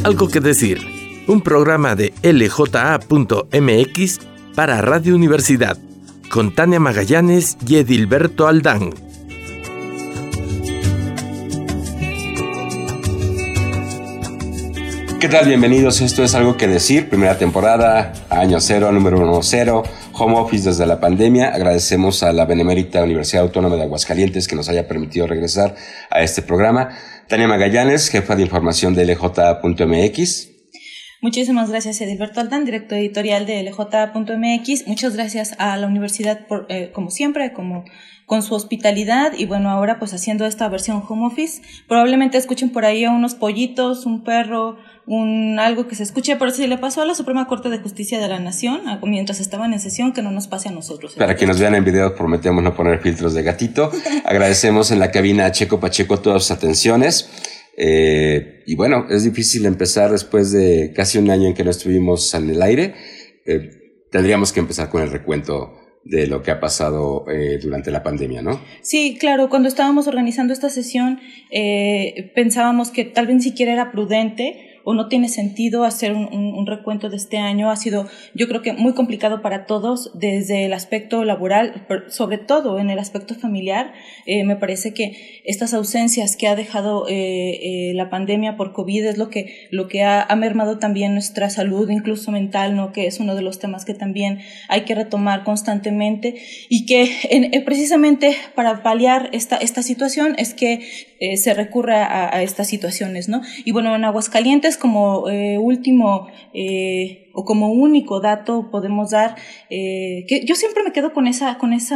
Algo que decir, un programa de LJA.mx para Radio Universidad, con Tania Magallanes y Edilberto Aldán. ¿Qué tal? Bienvenidos. Esto es Algo que decir, primera temporada, año cero, número 10, home office desde la pandemia. Agradecemos a la Benemérita Universidad Autónoma de Aguascalientes que nos haya permitido regresar a este programa. Tania Magallanes, jefa de información de LJ.mx. Muchísimas gracias, Edilberto Aldán, director editorial de LJ.mx. Muchas gracias a la universidad por, como siempre, con su hospitalidad, y bueno, ahora pues haciendo esta versión home office. Probablemente escuchen por ahí a unos pollitos, un perro, algo que se escuche, pero si le pasó a la Suprema Corte de Justicia de la Nación mientras estaban en sesión, que no nos pase a nosotros. Para quienes nos vean en video, prometemos no poner filtros de gatito. Agradecemos en la cabina a Checo Pacheco todas sus atenciones. Y bueno, es difícil empezar después de casi un año en que no estuvimos en el aire. Tendríamos que empezar con el recuento de lo que ha pasado durante la pandemia, ¿no? Sí, claro. Cuando estábamos organizando esta sesión, pensábamos que tal vez ni siquiera era prudente o no tiene sentido hacer un recuento de este año. Ha sido, yo creo que muy complicado para todos, desde el aspecto laboral, pero sobre todo en el aspecto familiar. Me parece que estas ausencias que ha dejado la pandemia por COVID es lo que ha mermado también nuestra salud, incluso mental, ¿no? Que es uno de los temas que también hay que retomar constantemente, y que precisamente para paliar esta situación es que se recurre a estas situaciones, ¿no? Y bueno, en Aguascalientes, como último o como único dato podemos dar, que yo siempre me quedo con esa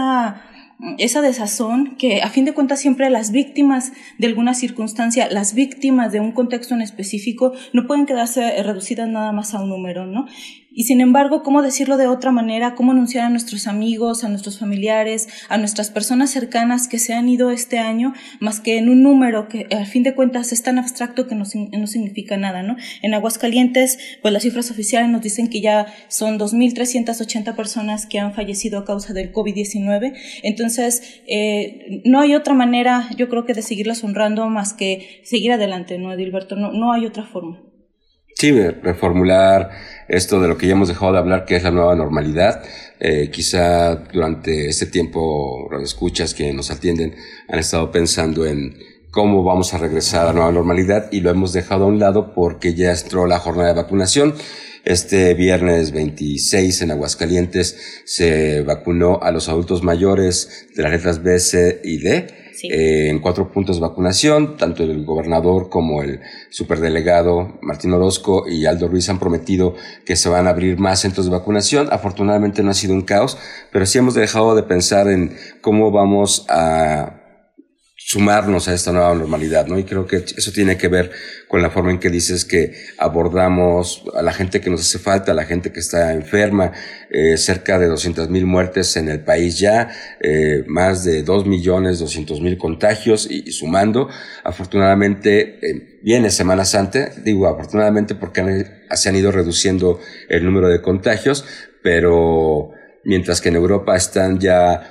desazón, que a fin de cuentas siempre las víctimas de alguna circunstancia, las víctimas de un contexto en específico, no pueden quedarse reducidas nada más a un número, ¿no? Y sin embargo, ¿cómo decirlo de otra manera? ¿Cómo anunciar a nuestros amigos, a nuestros familiares, a nuestras personas cercanas que se han ido este año, más que en un número que al fin de cuentas es tan abstracto que no significa nada, ¿no? En Aguascalientes, pues las cifras oficiales nos dicen que ya son 2,380 personas que han fallecido a causa del COVID-19. Entonces, no hay otra manera, yo creo, que de seguirlas honrando más que seguir adelante, ¿no, Edilberto? No hay otra forma. Sí, reformular esto de lo que ya hemos dejado de hablar, que es la nueva normalidad. Quizá durante este tiempo, radioescuchas que nos atienden han estado pensando en cómo vamos a regresar a la nueva normalidad, y lo hemos dejado a un lado porque ya entró la jornada de vacunación. Este viernes 26 en Aguascalientes se vacunó a los adultos mayores de las letras B, C y D. Sí. En 4 puntos de vacunación. Tanto el gobernador como el superdelegado Martín Orozco y Aldo Ruiz han prometido que se van a abrir más centros de vacunación. Afortunadamente no ha sido un caos, pero sí hemos dejado de pensar en cómo vamos a sumarnos a esta nueva normalidad, ¿no? Y creo que eso tiene que ver con la forma en que dices que abordamos a la gente que nos hace falta, a la gente que está enferma. Cerca de 200,000 muertes en el país ya, más de 2,200,000 contagios y sumando. Afortunadamente viene Semana Santa, digo afortunadamente porque se han ido reduciendo el número de contagios, pero mientras que en Europa están ya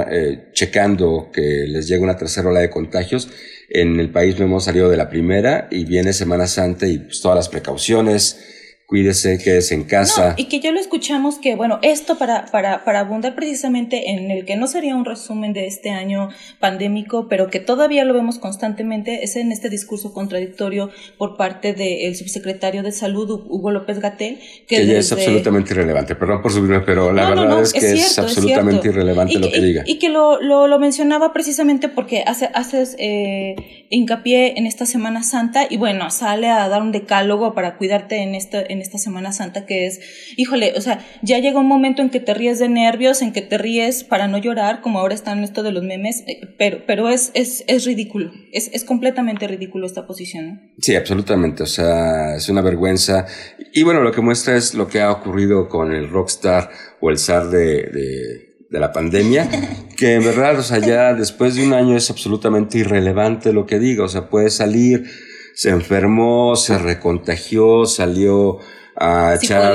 checando que les llega una tercera ola de contagios, en el país no hemos salido de la primera, y viene Semana Santa y pues todas las precauciones. Cuídese, quédese en casa. No, y que ya lo escuchamos, que bueno, esto para abundar precisamente en el que no sería un resumen de este año pandémico, pero que todavía lo vemos constantemente, es en este discurso contradictorio por parte del subsecretario de Salud, Hugo López-Gatell, que ya es absolutamente irrelevante. Perdón por subirme, pero la verdad es que es absolutamente irrelevante lo que diga. Y que lo mencionaba precisamente porque haces hincapié en esta Semana Santa, y bueno, sale a dar un decálogo para cuidarte en esta Semana Santa, que es, híjole, o sea, ya llega un momento en que te ríes de nervios, en que te ríes para no llorar, como ahora está en esto de los memes, pero es ridículo, es completamente ridículo esta posición, ¿no? Sí, absolutamente, o sea, es una vergüenza. Y bueno, lo que muestra es lo que ha ocurrido con el rockstar o el zar de la pandemia, que en verdad, o sea, ya después de un año es absolutamente irrelevante lo que diga. O sea, puede salir, se enfermó, se recontagió, salió a echar,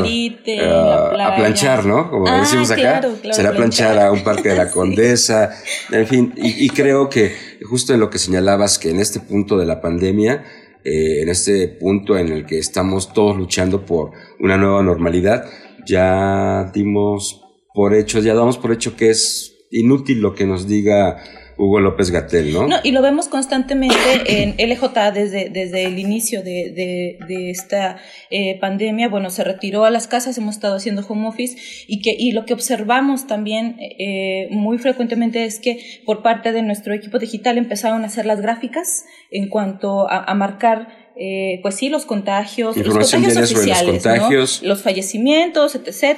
a planchar, ¿no? Como decimos acá, claro, será planchar a un parque de la Condesa, en fin, y creo que justo en lo que señalabas, que en este punto de la pandemia, en este punto en el que estamos todos luchando por una nueva normalidad, ya damos por hecho que es inútil lo que nos diga Hugo López-Gatell, ¿no? No, y lo vemos constantemente en LJA desde el inicio de esta pandemia. Bueno, se retiró a las casas, hemos estado haciendo home office y lo que observamos también muy frecuentemente es que por parte de nuestro equipo digital empezaron a hacer las gráficas en cuanto a marcar pues sí, los contagios oficiales, los contagios, ¿no? Los fallecimientos, etc.,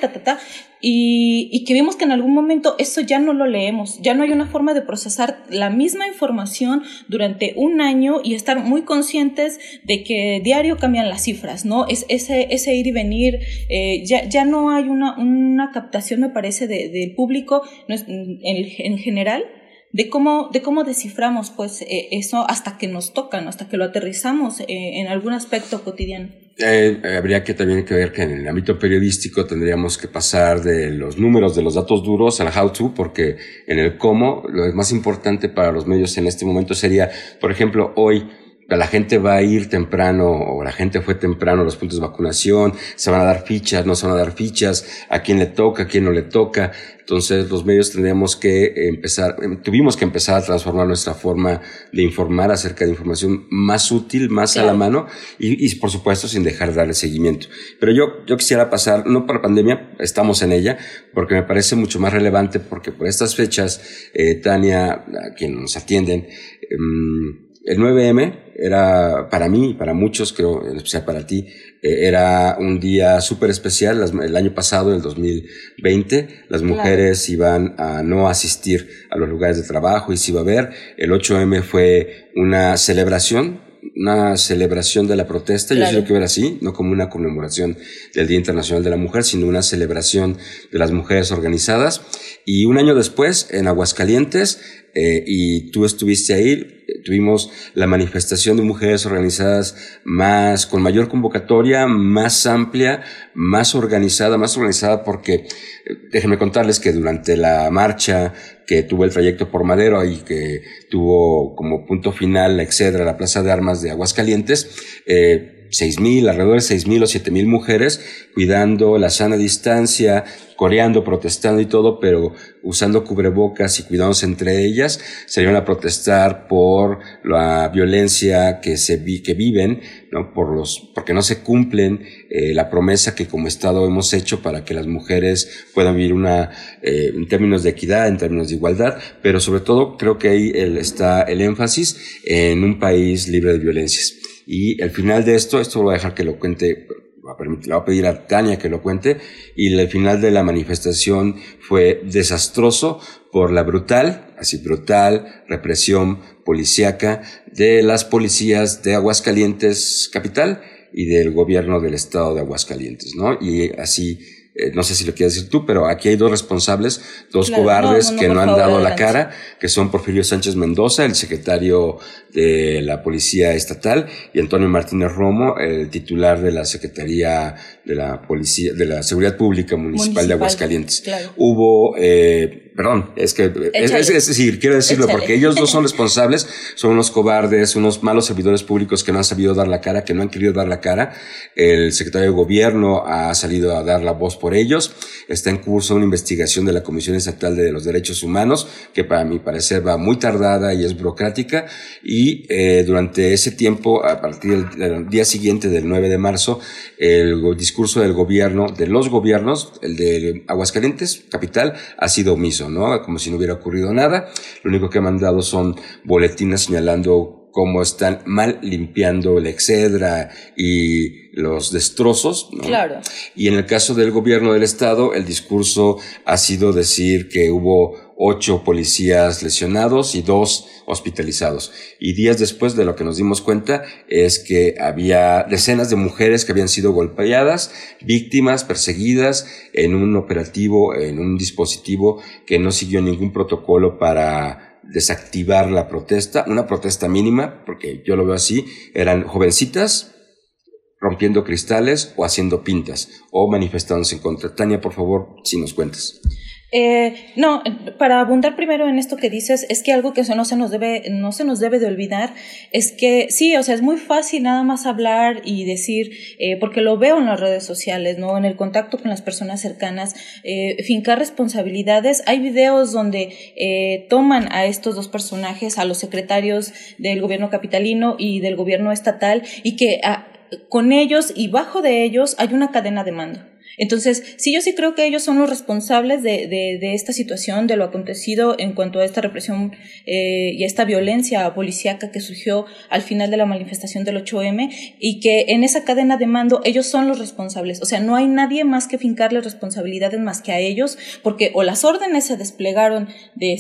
y que vimos que en algún momento eso ya no lo leemos, ya no hay una forma de procesar la misma información durante un año y estar muy conscientes de que diario cambian las cifras, ¿no? Ese ir y venir, ya no hay una captación, me parece, del público en general, de cómo desciframos pues eso hasta que nos toca, ¿no? Hasta que lo aterrizamos en algún aspecto cotidiano. Habría que también que ver que en el ámbito periodístico tendríamos que pasar de los números, de los datos duros al how to, porque en el cómo, lo más importante para los medios en este momento sería, por ejemplo, hoy la gente va a ir temprano, o la gente fue temprano a los puntos de vacunación, se van a dar fichas, no se van a dar fichas, a quién le toca, a quién no le toca. Entonces los medios tuvimos que empezar a transformar nuestra forma de informar acerca de información más útil, más claro, a la mano y por supuesto sin dejar de darle seguimiento. Pero yo quisiera pasar, no por la pandemia, estamos en ella, porque me parece mucho más relevante, porque por estas fechas, Tania, a quien nos atienden, el 9M era para mí y para muchos, creo, en especial para ti, era un día súper especial. El año pasado, en el 2020, las mujeres iban a no asistir a los lugares de trabajo y se iba a ver. El 8M fue una celebración de la protesta. Claro. Yo sí lo quiero ver así, no como una conmemoración del Día Internacional de la Mujer, sino una celebración de las mujeres organizadas. Y un año después, en Aguascalientes, y tú estuviste ahí, tuvimos la manifestación de mujeres organizadas con mayor convocatoria, más amplia, más organizada porque déjenme contarles que durante la marcha que tuvo el trayecto por Madero y que tuvo como punto final la Excedra, la Plaza de Armas de Aguascalientes, alrededor de 6,000 o 7,000 mujeres cuidando la sana distancia, coreando, protestando y todo, pero usando cubrebocas y cuidándose entre ellas, salieron a protestar por la violencia que viven, ¿no? Porque no se cumplen la promesa que como Estado hemos hecho para que las mujeres puedan vivir en términos de equidad, en términos de igualdad, pero sobre todo creo que ahí está el énfasis en un país libre de violencias. Y al final de esto lo voy a dejar que lo cuente, le voy a pedir a Tania que lo cuente, y el final de la manifestación fue desastroso por la brutal represión policíaca de las policías de Aguascalientes capital y del gobierno del estado de Aguascalientes, ¿no? Y así, no sé si lo quieres decir tú, pero aquí hay dos responsables, claro, cobardes que no han dado la cara, que son Porfirio Sánchez Mendoza, el secretario de la Policía Estatal, y Antonio Martínez Romo, el titular de la Secretaría de la Policía, de la Seguridad Pública Municipal de Aguascalientes. Claro. Hubo, es decir, quiero decirlo, échale, porque ellos dos son responsables, son unos cobardes, unos malos servidores públicos que no han sabido dar la cara, que no han querido dar la cara. El secretario de Gobierno ha salido a dar la voz por ellos. Está en curso una investigación de la Comisión Estatal de los Derechos Humanos, que para mi parecer va muy tardada y es burocrática, y durante ese tiempo, a partir del día siguiente del 9 de marzo, el discurso del gobierno, de los gobiernos, el de Aguascalientes, capital, ha sido omiso, ¿no? Como si no hubiera ocurrido nada. Lo único que han mandado son boletines señalando cómo están mal limpiando la Excedra y los destrozos, ¿no? Claro. Y en el caso del gobierno del estado, el discurso ha sido decir que hubo 8 policías lesionados y 2 hospitalizados. Y días después, de lo que nos dimos cuenta es que había decenas de mujeres que habían sido golpeadas, víctimas, perseguidas en un operativo, en un dispositivo que no siguió ningún protocolo para desactivar la protesta, una protesta mínima, porque yo lo veo así, eran jovencitas rompiendo cristales o haciendo pintas o manifestándose en contra. Tania, por favor, si nos cuentas. No, para abundar primero en esto que dices, es que algo que no se nos debe de olvidar es que sí, o sea, es muy fácil nada más hablar y decir, porque lo veo en las redes sociales, ¿no? En el contacto con las personas cercanas, fincar responsabilidades. Hay videos donde toman a estos dos personajes, a los secretarios del gobierno capitalino y del gobierno estatal, y que con ellos y bajo de ellos hay una cadena de mando. Entonces, sí, yo sí creo que ellos son los responsables de esta situación, de lo acontecido en cuanto a esta represión y a esta violencia policíaca que surgió al final de la manifestación del 8M, y que en esa cadena de mando ellos son los responsables. O sea, no hay nadie más que fincarles responsabilidades más que a ellos, porque o las órdenes se desplegaron de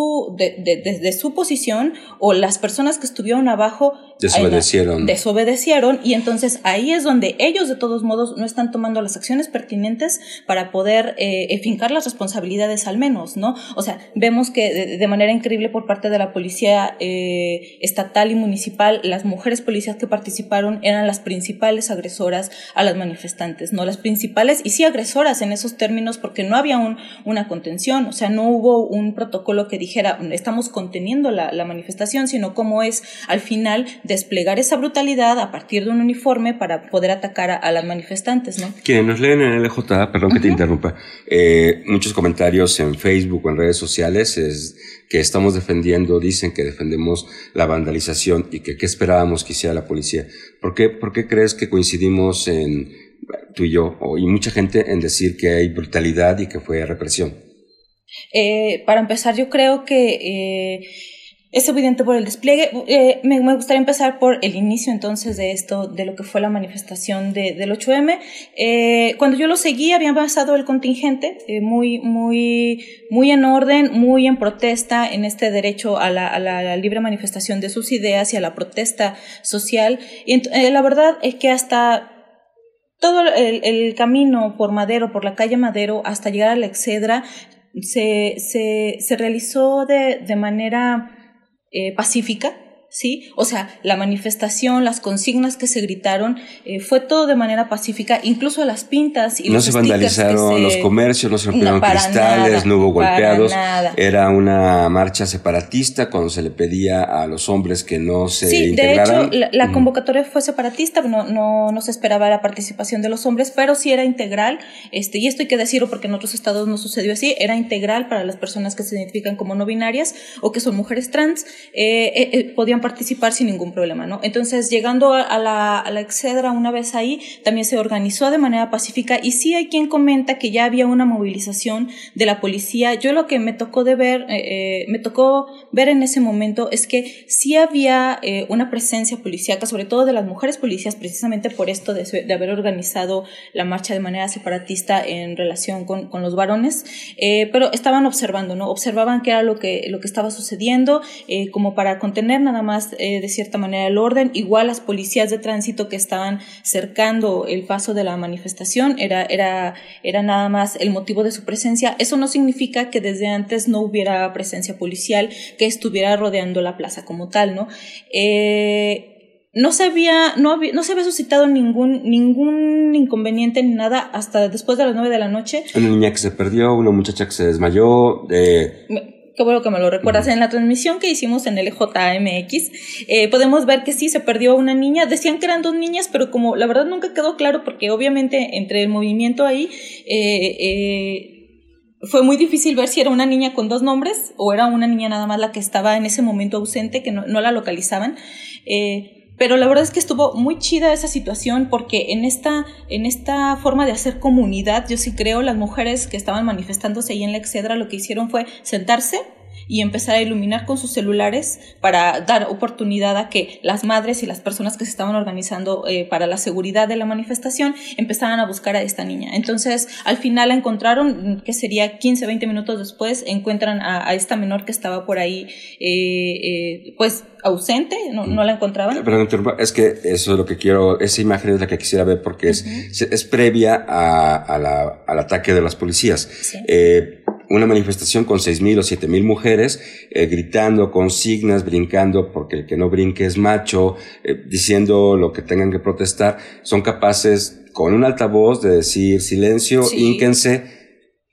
su posición, o las personas que estuvieron abajo desobedecieron, y entonces ahí es donde ellos de todos modos no están tomando las acciones pertinentes para poder fincar las responsabilidades al menos, ¿no? O sea, vemos que de manera increíble por parte de la policía estatal y municipal, las mujeres policías que participaron eran las principales agresoras a las manifestantes, ¿no? Las principales y sí agresoras en esos términos, porque no había una contención, o sea, no hubo un protocolo que dijera estamos conteniendo la manifestación, sino cómo es al final desplegar esa brutalidad a partir de un uniforme para poder atacar a las manifestantes, ¿no? Quienes nos leen en LJ, perdón que te interrumpa, muchos comentarios en Facebook o en redes sociales es que estamos dicen que defendemos la vandalización y que qué esperábamos que hiciera la policía. ¿Por qué crees que coincidimos tú y yo, y mucha gente, en decir que hay brutalidad y que fue represión? Para empezar, yo creo que es evidente por el despliegue. Me gustaría empezar por el inicio entonces de esto, de lo que fue la manifestación del 8M. Cuando yo lo seguí, había avanzado el contingente muy en orden, muy en protesta en este derecho a la libre manifestación de sus ideas y a la protesta social. Y la verdad es que hasta todo el camino por Madero, por la calle Madero, hasta llegar a la Excedra, se realizó de manera pacífica, ¿sí? O sea, la manifestación, las consignas que se gritaron, fue todo de manera pacífica, incluso las pintas y no se vandalizaron los comercios, no se rompieron cristales, no hubo golpeados. Era una marcha separatista cuando se le pedía a los hombres que no se integraran. De hecho, la convocatoria fue separatista, no se esperaba la participación de los hombres, pero sí era integral, y esto hay que decirlo porque en otros estados no sucedió así, era integral para las personas que se identifican como no binarias o que son mujeres trans, podían participar sin ningún problema, ¿no? Entonces, llegando a la Excedra, una vez ahí, también se organizó de manera pacífica, y sí hay quien comenta que ya había una movilización de la policía. Yo lo que me tocó ver en ese momento es que sí había una presencia policíaca, sobre todo de las mujeres policías, precisamente por esto de haber organizado la marcha de manera separatista en relación con los varones, pero estaban observando, ¿no? Observaban qué era lo que estaba sucediendo, como para contener nada más de cierta manera el orden. Igual las policías de tránsito que estaban cercando el paso de la manifestación, era nada más el motivo de su presencia. Eso no significa que desde antes no hubiera presencia policial que estuviera rodeando la plaza como tal, ¿no? No se había suscitado ningún inconveniente ni nada hasta después de las 9 de la noche. Una niña que se perdió, una muchacha que se desmayó. Qué bueno que me lo recuerdas. En la transmisión que hicimos en el JMX, podemos ver que sí se perdió una niña. Decían que eran 2 niñas, pero como la verdad nunca quedó claro, porque obviamente entre el movimiento ahí fue muy difícil ver si era una niña con 2 nombres o era una niña nada más la que estaba en ese momento ausente, que no la localizaban. Pero la verdad es que estuvo muy chida esa situación, porque en esta forma de hacer comunidad, yo sí creo, las mujeres que estaban manifestándose ahí en la Excedra lo que hicieron fue sentarse y empezar a iluminar con sus celulares para dar oportunidad a que las madres y las personas que se estaban organizando para la seguridad de la manifestación empezaran a buscar a esta niña. Entonces, al final la encontraron, que sería 15, 20 minutos después, encuentran a esta menor que estaba por ahí, pues ausente, no la encontraban. Perdón, es que eso es lo que quiero, esa imagen es la que quisiera ver, porque es previa al ataque de las policías. Sí. Una manifestación con 6,000 o 7,000 mujeres, gritando consignas, brincando, porque el que no brinque es macho, diciendo lo que tengan que protestar, son capaces con un altavoz de decir silencio, sí. Ínquense,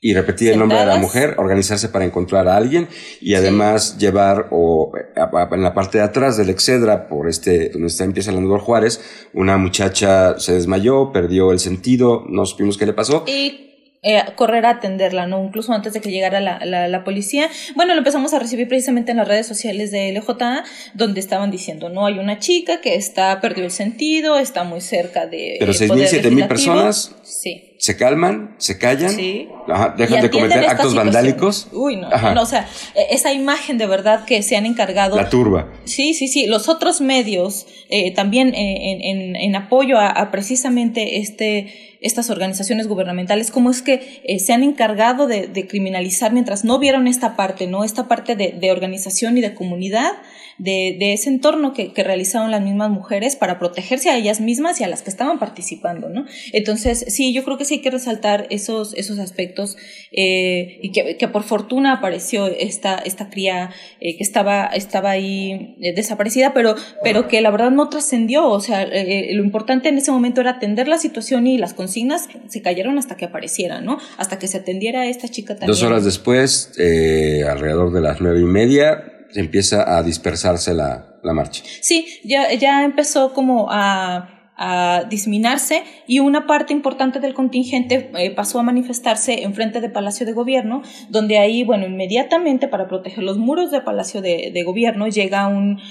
Y repetir el nombre de la mujer, organizarse para encontrar a alguien y además llevar en la parte de atrás del Excedra, donde empieza el Aníbal Juárez, una muchacha se desmayó, perdió el sentido, no supimos qué le pasó. Y correr a atenderla, ¿no? Incluso antes de que llegara la policía. Bueno, lo empezamos a recibir precisamente en las redes sociales de LJA, donde estaban diciendo, no, hay una chica que perdió el sentido, está muy cerca de... Pero 6,000, 7,000 personas sí. Se calman, se callan, sí. Dejan de cometer actos vandálicos. Uy, no, o sea, esa imagen de verdad que se han encargado... La turba. Sí. Los otros medios también en apoyo a precisamente estas organizaciones gubernamentales, cómo es que se han encargado de criminalizar mientras no vieron esta parte, ¿no? Esta parte de organización y de comunidad, de ese entorno que realizaron las mismas mujeres para protegerse a ellas mismas y a las que estaban participando, ¿no? Entonces, sí, yo creo que sí hay que resaltar esos aspectos y que por fortuna apareció esta cría que estaba ahí desaparecida, pero que la verdad no trascendió. O sea, lo importante en ese momento era atender la situación y las consignas se cayeron hasta que apareciera, ¿no? Hasta que se atendiera a esta chica también. 2 horas después, alrededor de las 9:30, se empieza a dispersarse la marcha. Sí, ya empezó como a diseminarse y una parte importante del contingente pasó a manifestarse enfrente de Palacio de Gobierno, donde ahí, bueno, inmediatamente para proteger los muros de Palacio de Gobierno llega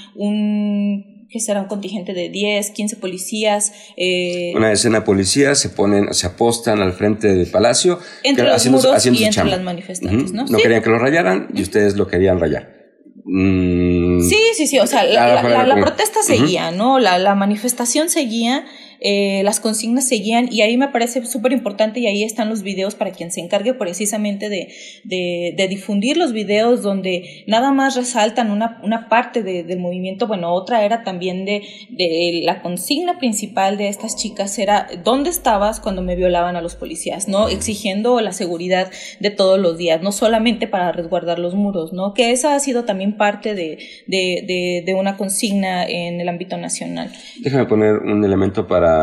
que será un contingente de 10, 15 policías. Una decena de policías se apostan al frente del palacio. Entre los muros y entre las manifestantes, ¿no? No ¿sí? querían que lo rayaran y ustedes lo querían rayar. Sí, o sea, la protesta seguía, ¿no? La manifestación seguía, las consignas seguían, y ahí me parece súper importante, y ahí están los videos para quien se encargue precisamente de difundir los videos donde nada más resaltan una parte del movimiento. Bueno, otra era también de la consigna principal de estas chicas era ¿dónde estabas cuando me violaban a los policías? ¿No? Exigiendo la seguridad de todos los días, no solamente para resguardar los muros, ¿no? Que esa ha sido también parte de una consigna en el ámbito nacional. Déjame poner un elemento para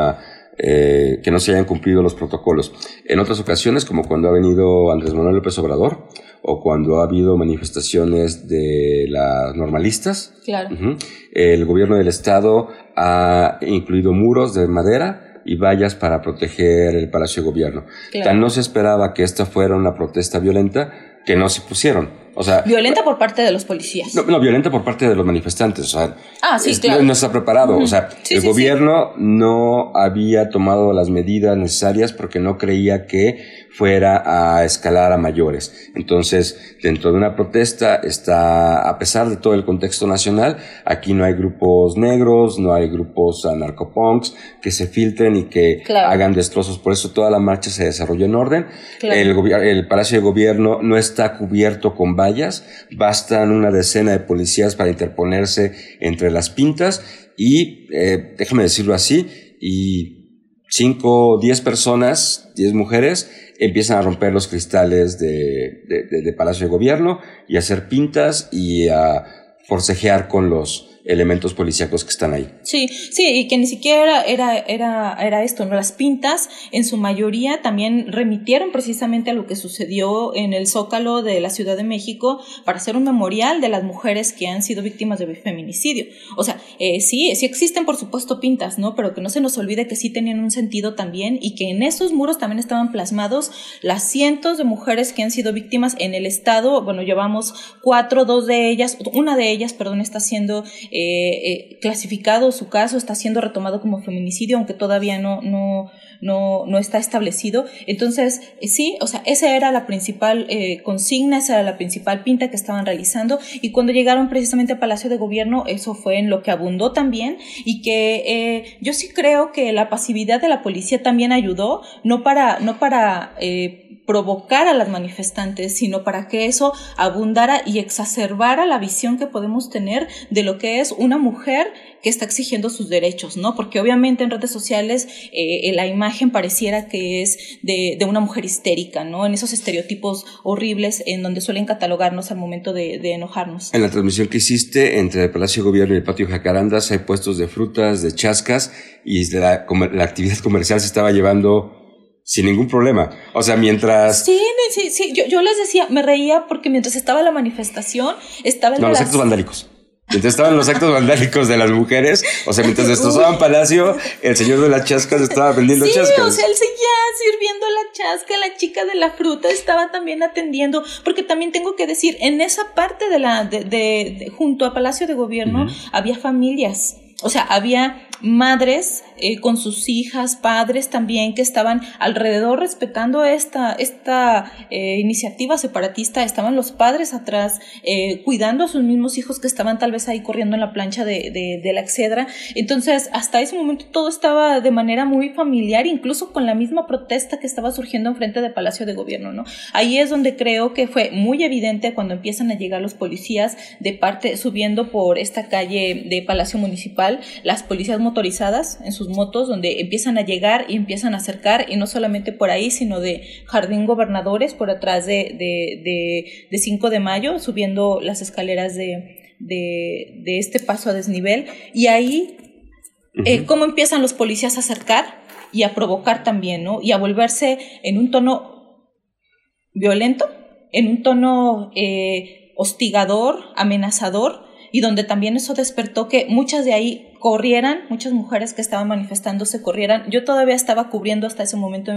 que no se hayan cumplido los protocolos. En otras ocasiones, como cuando ha venido Andrés Manuel López Obrador o cuando ha habido manifestaciones de las normalistas, claro. El gobierno del estado ha incluido muros de madera y vallas para proteger el Palacio de Gobierno. Claro. Tan no se esperaba que esta fuera una protesta violenta que no se pusieron. O sea, violenta por parte de los policías. No, violenta por parte de los manifestantes. O sea, sí, claro. No está preparado. O sea, el gobierno no había tomado las medidas necesarias porque no creía que fuera a escalar a mayores. Entonces, dentro de una protesta está, a pesar de todo el contexto nacional, aquí no hay grupos negros, no hay grupos anarcopunks que se filtren y que hagan destrozos. Por eso toda la marcha se desarrolló en orden. Claro. El Palacio de Gobierno no está cubierto con vallas, bastan una decena de policías para interponerse entre las pintas y, déjame decirlo así, y 5 o 10 personas, 10 mujeres, empiezan a romper los cristales de Palacio de Gobierno y a hacer pintas y a forcejear con los elementos policíacos que están ahí. Sí, y que ni siquiera era esto, ¿no? Las pintas en su mayoría también remitieron precisamente a lo que sucedió en el Zócalo de la Ciudad de México para hacer un memorial de las mujeres que han sido víctimas de feminicidio. O sea, sí existen por supuesto pintas, ¿no? Pero que no se nos olvide que sí tenían un sentido también y que en esos muros también estaban plasmados las cientos de mujeres que han sido víctimas en el estado. Bueno, llevamos 4, una de ellas, está siendo clasificado su caso, está siendo retomado como feminicidio, aunque todavía no está establecido. Entonces, sí, o sea, esa era la principal consigna, esa era la principal pinta que estaban realizando, y cuando llegaron precisamente al Palacio de Gobierno, eso fue en lo que abundó también, y que yo sí creo que la pasividad de la policía también ayudó, no para provocar a las manifestantes, sino para que eso abundara y exacerbara la visión que podemos tener de lo que es una mujer que está exigiendo sus derechos, ¿no? Porque obviamente en redes sociales la imagen pareciera que es de una mujer histérica, ¿no? En esos estereotipos horribles en donde suelen catalogarnos al momento de enojarnos. En la transmisión que hiciste entre el Palacio de Gobierno y el Patio Jacarandas hay puestos de frutas, de chascas, y la actividad comercial se estaba llevando sin ningún problema. O sea, mientras... Sí, yo les decía, me reía porque mientras estaba la manifestación, estaba el... No, los actos vandálicos. Mientras estaban los actos vandálicos de las mujeres, o sea, mientras destrozaban Palacio, el señor de las chascas estaba vendiendo chascas. Sí, o sea, él seguía sirviendo la chasca, la chica de la fruta estaba también atendiendo, porque también tengo que decir, en esa parte de junto a Palacio de Gobierno, había familias. O sea, había madres con sus hijas, padres también que estaban alrededor respetando esta iniciativa separatista. Estaban los padres atrás cuidando a sus mismos hijos que estaban tal vez ahí corriendo en la plancha de la Excedra. Entonces, hasta ese momento todo estaba de manera muy familiar, incluso con la misma protesta que estaba surgiendo enfrente del Palacio de Gobierno, ¿no? Ahí es donde creo que fue muy evidente cuando empiezan a llegar los policías subiendo por esta calle de Palacio Municipal, las policías motorizadas en sus motos, donde empiezan a llegar y empiezan a acercar, y no solamente por ahí, sino de Jardín Gobernadores, por atrás de 5 de Mayo, subiendo las escaleras de este paso a desnivel, y ahí cómo empiezan los policías a acercar y a provocar también, ¿no? Y a volverse en un tono violento, en un tono hostigador, amenazador, y donde también eso despertó que muchas de ahí corrieran, muchas mujeres que estaban manifestándose corrieran. Yo todavía estaba cubriendo hasta ese momento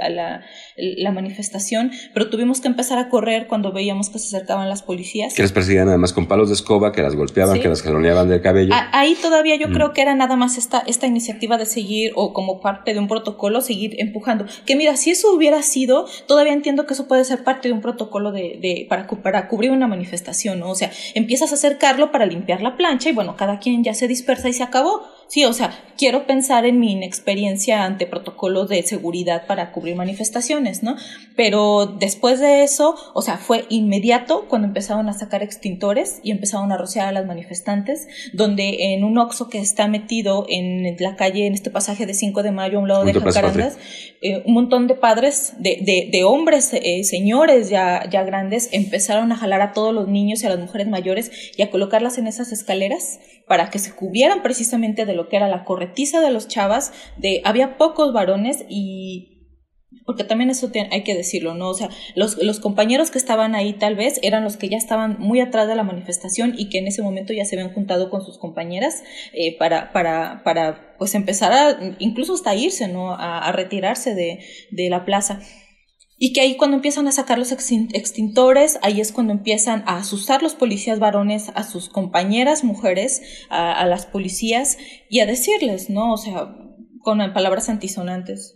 la manifestación, pero tuvimos que empezar a correr cuando veíamos que se acercaban las policías. Que las perseguían además con palos de escoba, que las golpeaban, ¿sí? Que las jaloneaban del cabello. Ahí todavía yo creo que era nada más esta iniciativa de seguir, o como parte de un protocolo, seguir empujando. Que mira, si eso hubiera sido, todavía entiendo que eso puede ser parte de un protocolo para cubrir una manifestación, ¿no? O sea, empiezas a acercarlo para limpiar la plancha y bueno, cada quien ya se dispersa y se acabó. Sí, o sea, quiero pensar en mi inexperiencia ante protocolos de seguridad para cubrir manifestaciones, ¿no? Pero después de eso, o sea, fue inmediato cuando empezaron a sacar extintores y empezaron a rociar a las manifestantes, donde en un Oxxo que está metido en la calle, en este pasaje de 5 de Mayo, a un lado de Jacarandas, un montón de padres, de hombres, señores ya grandes, empezaron a jalar a todos los niños y a las mujeres mayores y a colocarlas en esas escaleras para que se cubieran precisamente de lo que era la corretiza de los chavas, había pocos varones, y porque también eso hay que decirlo, ¿no? O sea, los compañeros que estaban ahí tal vez eran los que ya estaban muy atrás de la manifestación y que en ese momento ya se habían juntado con sus compañeras para pues empezar incluso hasta irse, ¿no? A retirarse de la plaza. Y que ahí cuando empiezan a sacar los extintores, ahí es cuando empiezan a asustar los policías varones a sus compañeras mujeres, a las policías, y a decirles, ¿no? O sea, con palabras altisonantes,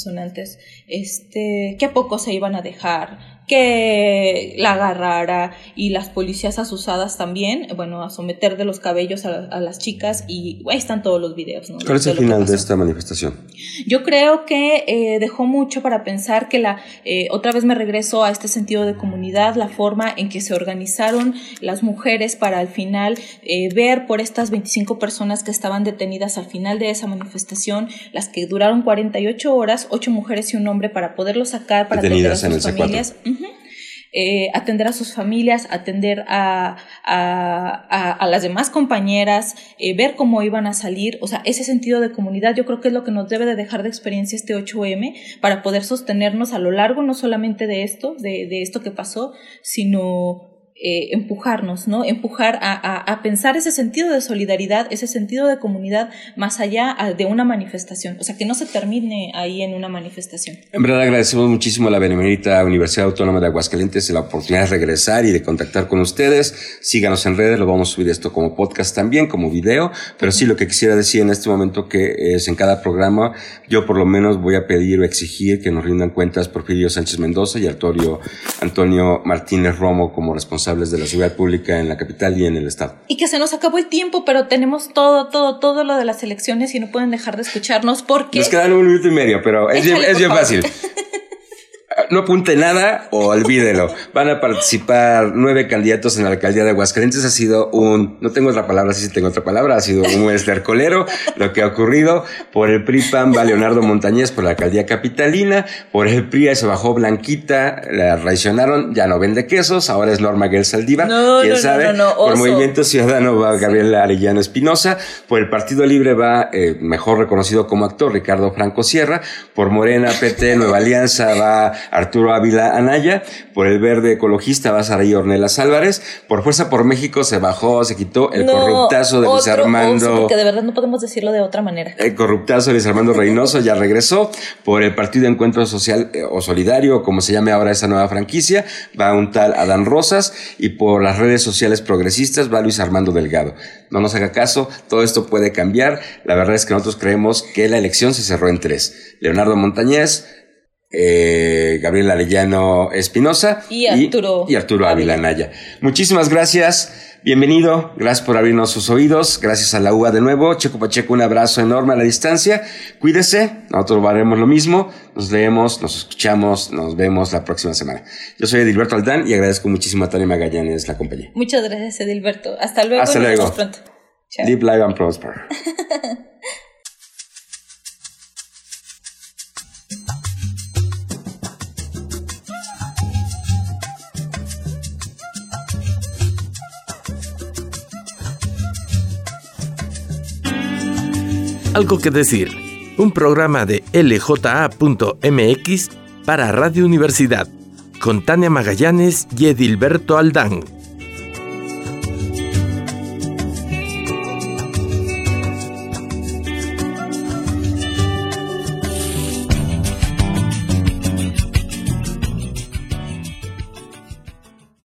que a poco se iban a dejar, que la agarrara, y las policías asusadas también, bueno, a someter de los cabellos a las chicas, y ahí están todos los videos, ¿no? ¿Cuál es el final de esta manifestación? Yo creo que dejó mucho para pensar, que otra vez me regreso a este sentido de comunidad, la forma en que se organizaron las mujeres para al final ver por estas 25 personas que estaban detenidas al final de esa manifestación, las que duraron 48 horas, 8 mujeres y un hombre, para poderlos sacar, para atender a sus familias. Atender a sus familias, atender a las demás compañeras, ver cómo iban a salir. O sea, ese sentido de comunidad yo creo que es lo que nos debe de dejar de experiencia este 8M, para poder sostenernos a lo largo, no solamente de esto que pasó, sino empujarnos, ¿no? Empujar a pensar ese sentido de solidaridad, ese sentido de comunidad más allá de una manifestación. O sea, que no se termine ahí en una manifestación. En verdad agradecemos muchísimo a la Benemérita Universidad Autónoma de Aguascalientes la oportunidad de regresar y de contactar con ustedes. Síganos en redes, lo vamos a subir esto como podcast también, como video, pero sí lo que quisiera decir en este momento, que es en cada programa, yo por lo menos voy a pedir o exigir que nos rindan cuentas Porfirio Sánchez Mendoza y Antonio Martínez Romo como responsables de la seguridad pública en la capital y en el estado. Y que se nos acabó el tiempo, pero tenemos todo lo de las elecciones y no pueden dejar de escucharnos porque... Nos quedan 1 minuto y medio, pero es bien fácil. no apunte nada o olvídelo. Van a participar 9 candidatos en la alcaldía de Aguascalientes. Ha sido no tengo otra palabra, sí tengo otra palabra, ha sido un estercolero lo que ha ocurrido. Por el PRI-PAN va Leonardo Montañez por la alcaldía capitalina. Por el PRI se bajó Blanquita, la traicionaron, ya no vende quesos, ahora es Norma Guel Saldívar. ¿Quién sabe? Por el Movimiento Ciudadano va Gabriel Arellano Espinosa. Por el Partido Libre va, mejor reconocido como actor, Ricardo Franco Sierra. Por Morena, PT, Nueva Alianza va Arturo Ávila Anaya. Por el Verde Ecologista va Saraí Ornelas Álvarez. Por Fuerza por México se quitó el corruptazo de Luis Armando. Porque de verdad no podemos decirlo de otra manera. El corruptazo de Luis Armando Reynoso ya regresó. Por el Partido Encuentro Social o Solidario, como se llame ahora esa nueva franquicia, va un tal Adán Rosas. Y por las redes sociales progresistas va Luis Armando Delgado. No nos haga caso, todo esto puede cambiar. La verdad es que nosotros creemos que la elección se cerró en 3. Leonardo Montañez, Gabriel Arellano Espinosa y Arturo Ávila Anaya. Muchísimas gracias, bienvenido, gracias por abrirnos sus oídos, gracias a la UA de nuevo. Checo Pacheco, un abrazo enorme a la distancia, cuídese, nosotros haremos lo mismo, nos leemos, nos escuchamos, nos vemos la próxima semana. Yo soy Edilberto Aldán y agradezco muchísimo a Tania Magallanes la compañía. Muchas gracias, Edilberto, hasta luego. Hasta luego. Nos vemos pronto. Chao. Live, live and prosper. Algo que decir, un programa de LJA.mx para Radio Universidad, con Tania Magallanes y Edilberto Aldán.